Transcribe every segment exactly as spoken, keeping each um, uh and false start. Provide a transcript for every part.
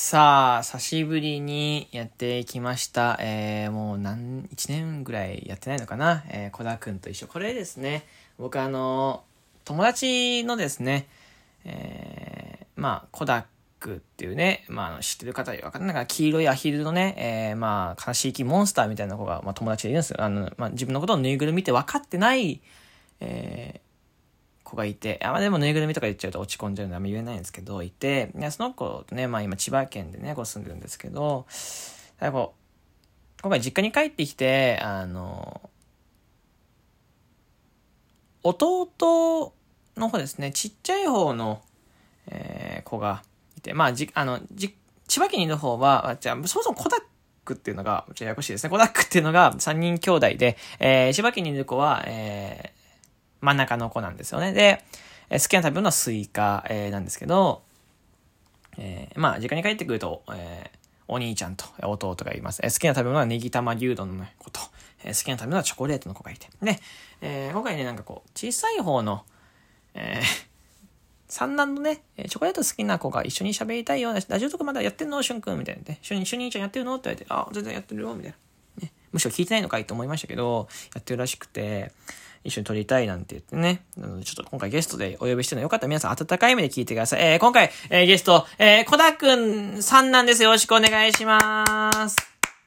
さあ、久しぶりにやってきました。えー、もう何、一年ぐらいやってないのかな。えー、小田くんと一緒。これですね、僕あの、友達のですね、えー、まあ、コダックっていうね、まあ、あの知ってる方わかんないから、黄色いアヒルのね、えー、まあ、悲しい生きモンスターみたいな子が、まあ、友達でいるんですよ。あの、まあ、自分のことをぬいぐるみ見て分かってない、えー、子がいて、あ、まあ、でもぬいぐるみとか言っちゃうと落ち込んじゃうのであんま言えないんですけど、いて、いやその子とね、まあ今千葉県でね、こう住んでるんですけど、やっぱ今回実家に帰ってきて、あの、弟の方ですね、ちっちゃい方の、えー、子がいて、まあ、じ、あの、じ、千葉県にいる方は、じゃあ、そもそもコダックっていうのが、ちょっとややこしいですね。コダックっていうのがさんにん兄弟で、えー、千葉県にいる子は、えー、真ん中の子なんですよね。で、えー、好きな食べ物はスイカ、えー、なんですけど、えー、まあ、実家に帰ってくると、えー、お兄ちゃんと弟がいます。えー、好きな食べ物はネギ玉牛丼の子と、えー、好きな食べ物はチョコレートの子がいて。で、えー、今回ね、なんかこう、小さい方の、えー、三男のね、チョコレート好きな子が一緒に喋りたいような、ラジオとかまだやってんのしゅんくんみたいなね。一緒に、一緒に兄ちゃんやってるのって言われて、あ、全然やってるよ、みたいな。ね、むしろ聞いてないのかいと思いましたけど、やってるらしくて、一緒に撮りたいなんて言ってね。なのでちょっと今回ゲストでお呼びしてるのよかったら皆さん温かい目で聞いてください。えー、今回、えー、ゲスト、えー、小田くんさんなんです。よろしくお願いします。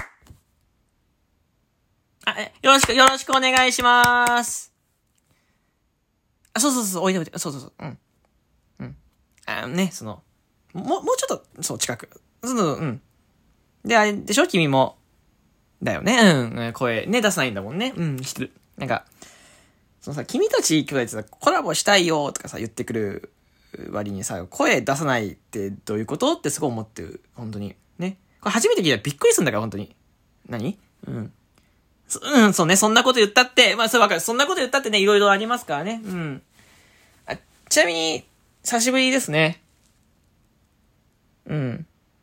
あ、え、よろしく、よろしくお願いします。あ、そうそうそう、おいでおいで。そうそうそう。うん。うん。あのね、その、もう、もうちょっと、そう、近く。その、うん。で、あれでしょ君も。だよね。うん。声ね、出さないんだもんね。うん、知ってる。なんか、そのさ、君たち兄弟ってさ、コラボしたいよとかさ、言ってくる割にさ、声出さないってどういうことってすごい思ってる。本当に。ね。これ初めて聞いたらびっくりするんだから、本当に。何うん。そうん、そうね、そんなこと言ったって、まあ、それわかる。そんなこと言ったってね、いろいろありますからね。うん。あ、ちなみに、久しぶりですね。うん。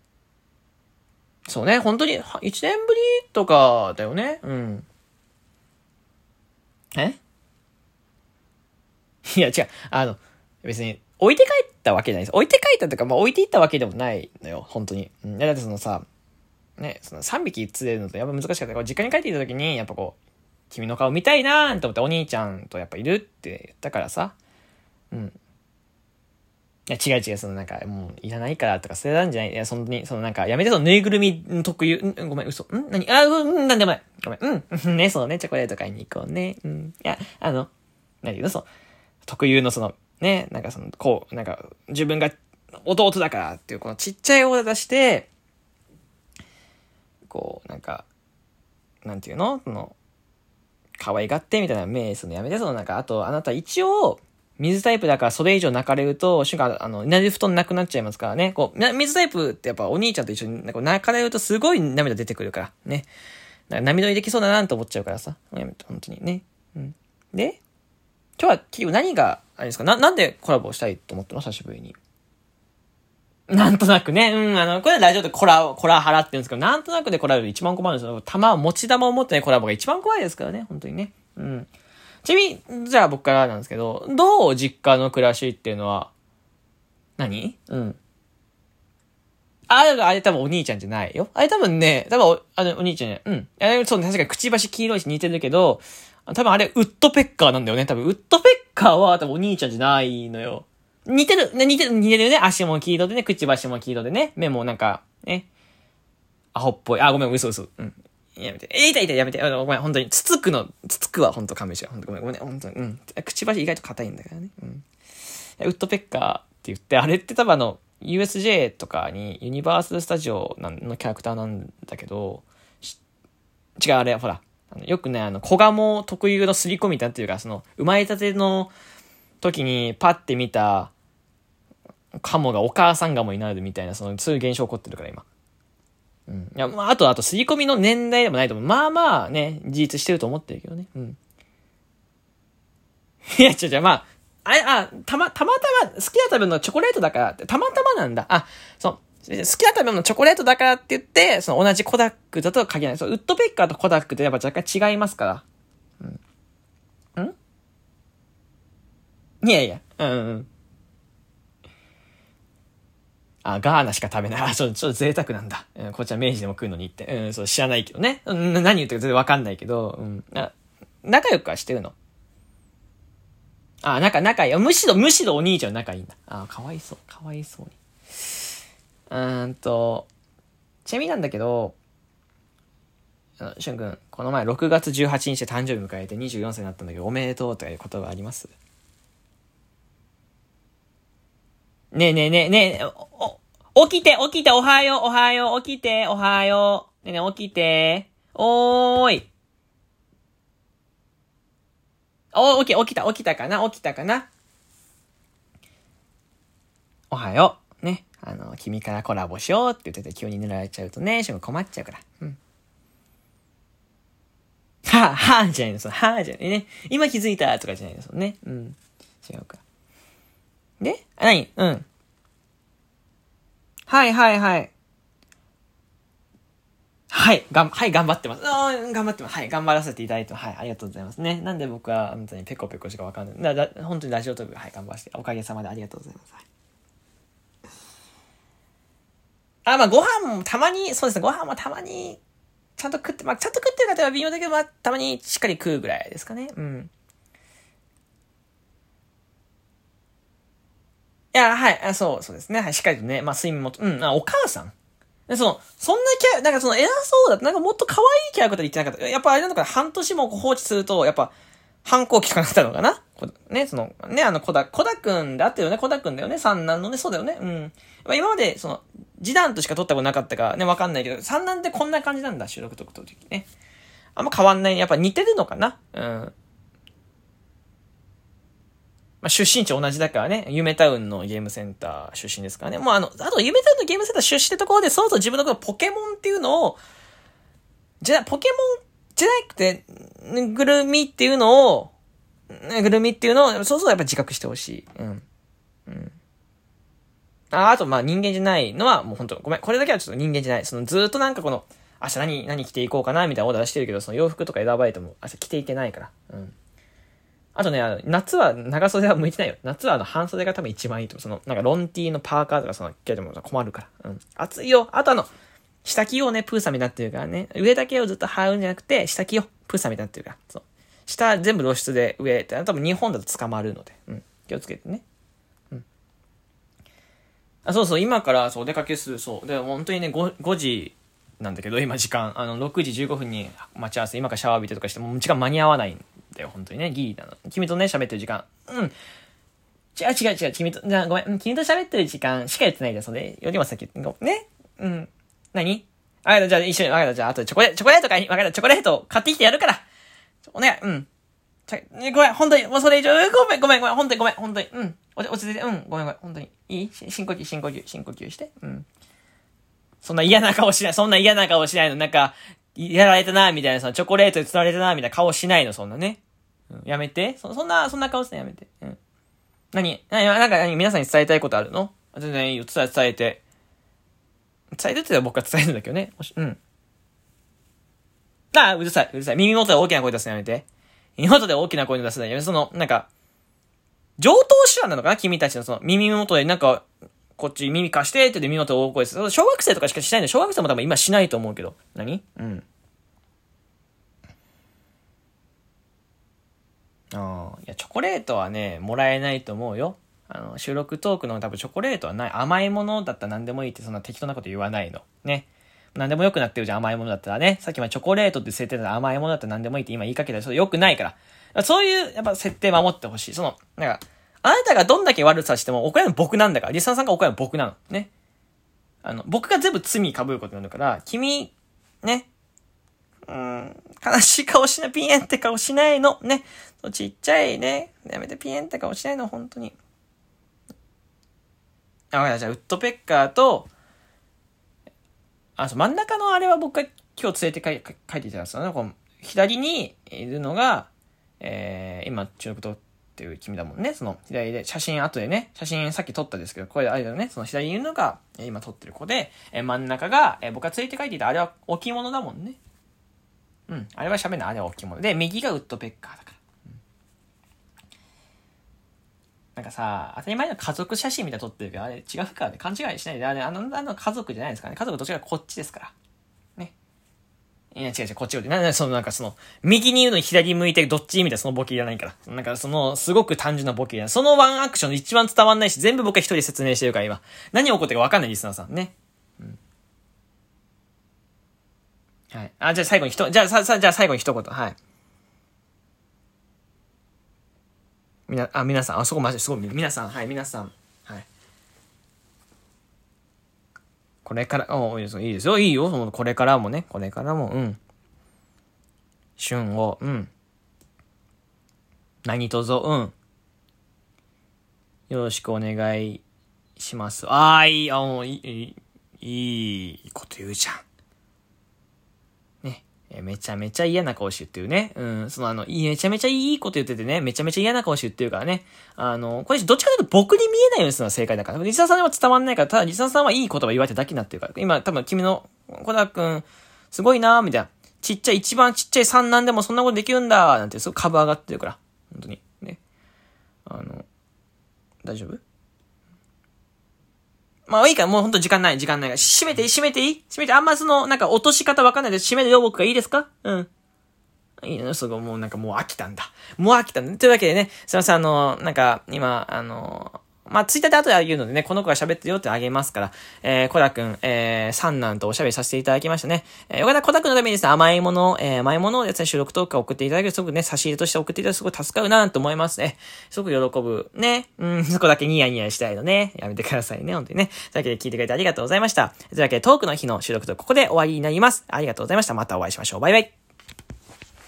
そうね、本当に、一年ぶりとかだよね。うん。えいや、違う。あの、別に、置いて帰ったわけじゃないです。置いて帰ったとか、まあ、置いていったわけでもないのよ。本当に。うん。だってそのさ、ね、そのさんびき釣れるのとやっぱ難しかった。実家に帰っていた時に、やっぱこう、君の顔見たいなーと思ってお兄ちゃんとやっぱいるって言ったからさ。うん。いや、違う違う、そのなんか、もう、いらないからとか、それなんじゃない。いや、そんなに、そのなんか、やめて、そのぬいぐるみ特有、んごめん、嘘。ん何あ、うん、なんでもない。ごめん、うん。ね、そうね、チョコレート買いに行こうね。うん。いや、あの、何言うの、そう。特有のその、ね、なんかその、こう、なんか、自分が弟だからっていう、このちっちゃい声出して、こう、なんか、なんていうのその、可愛がってみたいな目するのやめて、そのなんか、あと、あなた一応、水タイプだからそれ以上泣かれると、瞬間、あの、稲荷布団なくなっちゃいますからね。こう、水タイプってやっぱお兄ちゃんと一緒に泣かれるとすごい涙出てくるから、ね。なんか涙にできそうだなと思っちゃうからさ。やめて、本当にね。うん。で、今日は結局何が、あれですかな、なんでコラボしたいと思ったの久しぶりに。なんとなくね、うん、あの、これはラジオでコラ、コラ払ってるんですけど、なんとなくでコラボ一番困るんですよ。玉、持ち玉を持ってないコラボが一番怖いですからね、本当にね。うん。ちなみに、じゃあ僕からなんですけど、どう実家の暮らしっていうのは、何うん。あれ、あれ多分お兄ちゃんじゃないよ。あれ多分ね、多分お、あの、お兄ちゃんね、うん。あれ、そうね、確かにくちばし黄色いし似てるけど、多分あれ、ウッドペッカーなんだよね。多分、ウッドペッカーは多分お兄ちゃんじゃないのよ。似てる、ね、似てる、似てるよね。足も黄色でね、くちばしも黄色でね、目もなんか、ね、アホっぽい。あ、ごめん、嘘嘘。うん。やめて。え、痛い痛い、やめて。あの、ごめん、本当に。つつくの、つつくは本当勘弁しよう。本当ごめん、ごめんね。本当に。うん。くちばし意外と硬いんだからね。うん。ウッドペッカーって言って、あれって多分あの、ユーエスジェー とかに、ユニバーサルスタジオのキャラクターなんだけど、違う、あれ、ほら。あのよくね、あの、小鴨特有の刷り込みだっていうか、その、生まれたての時にパッて見た、カモがお母さんガモになるみたいな、その、そういう現象起こってるから、今。うん。いや、まあ、あと、あと、刷り込みの年代でもないと思う。まあまあね、事実してると思ってるけどね。うん。いや、違う違う、まあ、あれ、あ、たま、たまたま、好きな食べ物のチョコレートだからって、たまたまなんだ。あ、そう。好きな食べ物のチョコレートだからって言って、その同じコダックだとは限らない。そう、ウッドペッカーとコダックってやっぱ若干違いますから。うん。んいやいや。うんうん。 あ、ガーナしか食べない。あ、ちょっと、ちょっと贅沢なんだ。うん、こっちは明治でも食うのにって。うん、そう、知らないけどね。うん、何言ってるか全然わかんないけど、うん。あ、仲良くはしてるの。あ、仲、仲いい。むしろ、むしろお兄ちゃん仲いいんだ。あ、かわいそう。かわいそうに。うーんと、ちなみになんだけど、しゅんくん、この前ろくがつじゅうはちにちで誕生日迎えてにじゅうよんさいになったんだけど、おめでとうとかいうことがあります？ねえねえねえねえ、お、お、起きて、起きて、おはよう、おはよう、起きて、おはよう。ねえねえ、起きて。おーい。お、起き、起きた、起きたかな起きたかなおはよう。ね。あの、君からコラボしようって言ってて急に塗られちゃうとね、しゅん困っちゃうから。うん。はぁ、はぁじゃないの、その、はぁじゃないね。今気づいたとかじゃないの、そのね。うん。違うから。で、あ、なにうん。はいはいはい。はい、がん、はい、頑張ってます。あー頑張ってます。はい、頑張らせていただいて、はい、ありがとうございますね。なんで僕は、本当にペコペコしかわかんない。だ、だ、本当にラジオトーク、はい、頑張らせて、おかげさまでありがとうございます。はい、あ、まあ、ご飯もたまに、そうですね、ご飯もたまに、ちゃんと食って、まあ、ちゃんと食ってる方は微妙だけど、まあ、たまにしっかり食うぐらいですかね。うん。いや、はい、あ、そう、そうですね。はい、しっかりとね、まあ、睡眠も、うん、あ、お母さん。で、その、そんなキャラ、なんかその偉そうだって、なんかもっと可愛いキャラクターで言ってなかった。やっぱあれなのかな、半年も放置すると、やっぱ、反抗期とかなったのかなね、その、ね、あの、コダ、コダくんだってよね、コダくんだよね、三男のね、そうだよね、うん。まあ、今まで、その、次男としか撮ったことなかったからね、わかんないけど、三男ってこんな感じなんだ、収録とくときね。あんま変わんないね。やっぱ似てるのかなうん。まあ、出身地同じだからね、夢タウンのゲームセンター出身ですからね。もうあの、あと夢タウンのゲームセンター出身ってところで、そろそろ自分のことポケモンっていうのを、じゃ、ポケモンじゃなくて、ぐるみっていうのを、ぐるみっていうのを、そうそうやっぱ自覚してほしい。うん。うん。あ、あと、まあ人間じゃないのは、もう本当ごめん。これだけはちょっと人間じゃない。そのずーっとなんかこの、明日何、何着ていこうかな、みたいなオーダーしてるけど、その洋服とか選ばれても、明日着ていけないから。うん。あとね、あの夏は長袖は向いてないよ。夏はあの半袖が多分一番いいと思う。その、なんかロンティーのパーカーとかその、着ても困るから。うん。暑いよ。あとあの、下着をね、プーさんみたいになってるからね。上だけをずっと羽織るんじゃなくて、下着をプーさんみたいになってるから。そう。下全部露出で上って、多分日本だと捕まるので。うん。気をつけてね。うん。あ、そうそう、今からそうお出かけする。そう。で、本当にね、ご, ごじなんだけど、今時間。あの、ろくじじゅうごふんに待ち合わせ、今からシャワー浴びてとかして、もう時間間に合わないんだよ、本当にね。ギリなの。君とね、喋ってる時間。うん。違う違う違う、君と、じゃあごめん、君と喋ってる時間しかやってないですので、よりも先、ね。うん。何わかった、じゃあ一緒に、わかった、じゃあ後でチョコレート、チョコレート買いに、わかった、チョコレート買ってきてやるから。お願い、うん。ちょ、ごめん、本当に、もうそれ以上、ごめん、ごめん、ごめん、本当にごめん、本当に、うん。落ち着いて、うん、ごめん、ごめん、本当に。いい深呼吸、深呼吸、深呼吸して。うん。そんな嫌な顔しない、そんな嫌な顔しないの。なんか、やられたな、みたいな、そのチョコレートで釣られたな、みたいな顔しないの、そんなね。うん、やめて。そ、そんな、そんな顔すね、やめて。うん。何何なんか何皆さんに伝えたいことあるの？全然いいよ、伝え、伝えて。伝えてって言ったら僕が伝えるんだけどね。うん。ああ、うるさい、うるさい。耳元で大きな声出すのやめて。耳元で大きな声出すのやめて。その、なんか、上等手段なのかな君たちのその、耳元でなんか、こっち耳貸してって言って耳元で大声です。小学生とかしかしないの。小学生も多分今しないと思うけど。何うん。ああ、いや、チョコレートはね、もらえないと思うよ。あの、収録トークの多分チョコレートはない。甘いものだったら何でもいいってそんな適当なこと言わないの。ね。何でも良くなってるじゃん、甘いものだったらね。さっきまでチョコレートって設定だったら甘いものだったら何でもいいって今言いかけたらそれ良くないから。そういう、やっぱ設定守ってほしい。その、なんか、あなたがどんだけ悪さしても怒られるの僕なんだから。リスナーさんが怒られるの僕なの。ね。あの、僕が全部罪被ることになるから、君、ね。うーん、悲しい顔しない、ピエンって顔しないの。ね。ちっちゃいね。やめてピエンって顔しないの、本当に。あ、わかった。じゃあ、ウッドペッカーと、あ、そう、真ん中のあれは僕が今日連れて書い書いていたんですよね。この左にいるのが、えー、今、中国とっていう君だもんね。その、左で、写真後でね、写真さっき撮ったんですけど、これあれだよね。その左にいるのが、今撮ってる子で、えー、真ん中が、えー、僕が連れて書いていたあれは置物だもんね。うん。あれは喋んない。あれは置物。で、右がウッドペッカーだから。 なんかさ、当たり前の家族写真みたいなの撮ってるけど、あれ違うからね、勘違いしないで、あれ、あの、あの家族じゃないですからね。家族どっちかこっちですから。ね。いや、違う違う、こっちより。なんで、その、なんかその、右に言うのに左向いてどっちみたいなそのボケいらないから。なんかその、すごく単純なボケいらない。そのワンアクション一番伝わんないし、全部僕は一人で説明してるから今。何起こってるか分かんないリスナーさんね。うん。はい。あ、じゃあ最後にひと、じゃあさ、さ、じゃあ最後に一言。はい。みな、あ、皆さん、あ、そこマジすごい、皆さん、はい、皆さん、はい。これから、おいいですよ、いいですよ、いいよ、その、これからもね、これからも、うん。旬を、うん。何卒、うん。よろしくお願いします。ああ、いい、あ、もう、いい、いいこと言うじゃん。めちゃめちゃ嫌な顔して言ってるね。うん。そのあの、めちゃめちゃいいこと言っててね、めちゃめちゃ嫌な顔して言ってるからね。あの、これどっちかというと僕に見えないようにするのが正解だから。リサさんには伝わんないから、ただリサさんはいい言葉言われただけになってるから。今多分君の、小田くん、すごいなーみたいな。ちっちゃい、一番ちっちゃい三男でもそんなことできるんだーなんて、すごい株上がってるから。本当に。ね。あの、大丈夫？まあいいから、もうほんと時間ない、時間ないから。閉めていい閉めていい閉めて、あんまその、なんか落とし方わかんないで閉めるよ、僕がいいですか？うん。いいのすごい、もうなんかもう飽きたんだ。もう飽きたんだ。というわけでね、すいません、あの、なんか、今、あの、まあ、ツイッターで後で言うのでね、この子が喋ってるよってあげますから、えー、コダくん、えー、三男とおしゃべりさせていただきましたね。えー、よかったらコダくんのためにですね、甘いもの、えー、甘いものをですね、収録とか送っていただけるとすごくね、差し入れとして送っていただくとすごい助かるなと思いますね。すごく喜ぶ。ね。うん、そこだけニヤニヤしたいのね。やめてくださいね、本当にね。というわけで聞いてくれてありがとうございました。というわけでトークの日の収録とここで終わりになります。ありがとうございました。またお会いしましょう。バイバイ。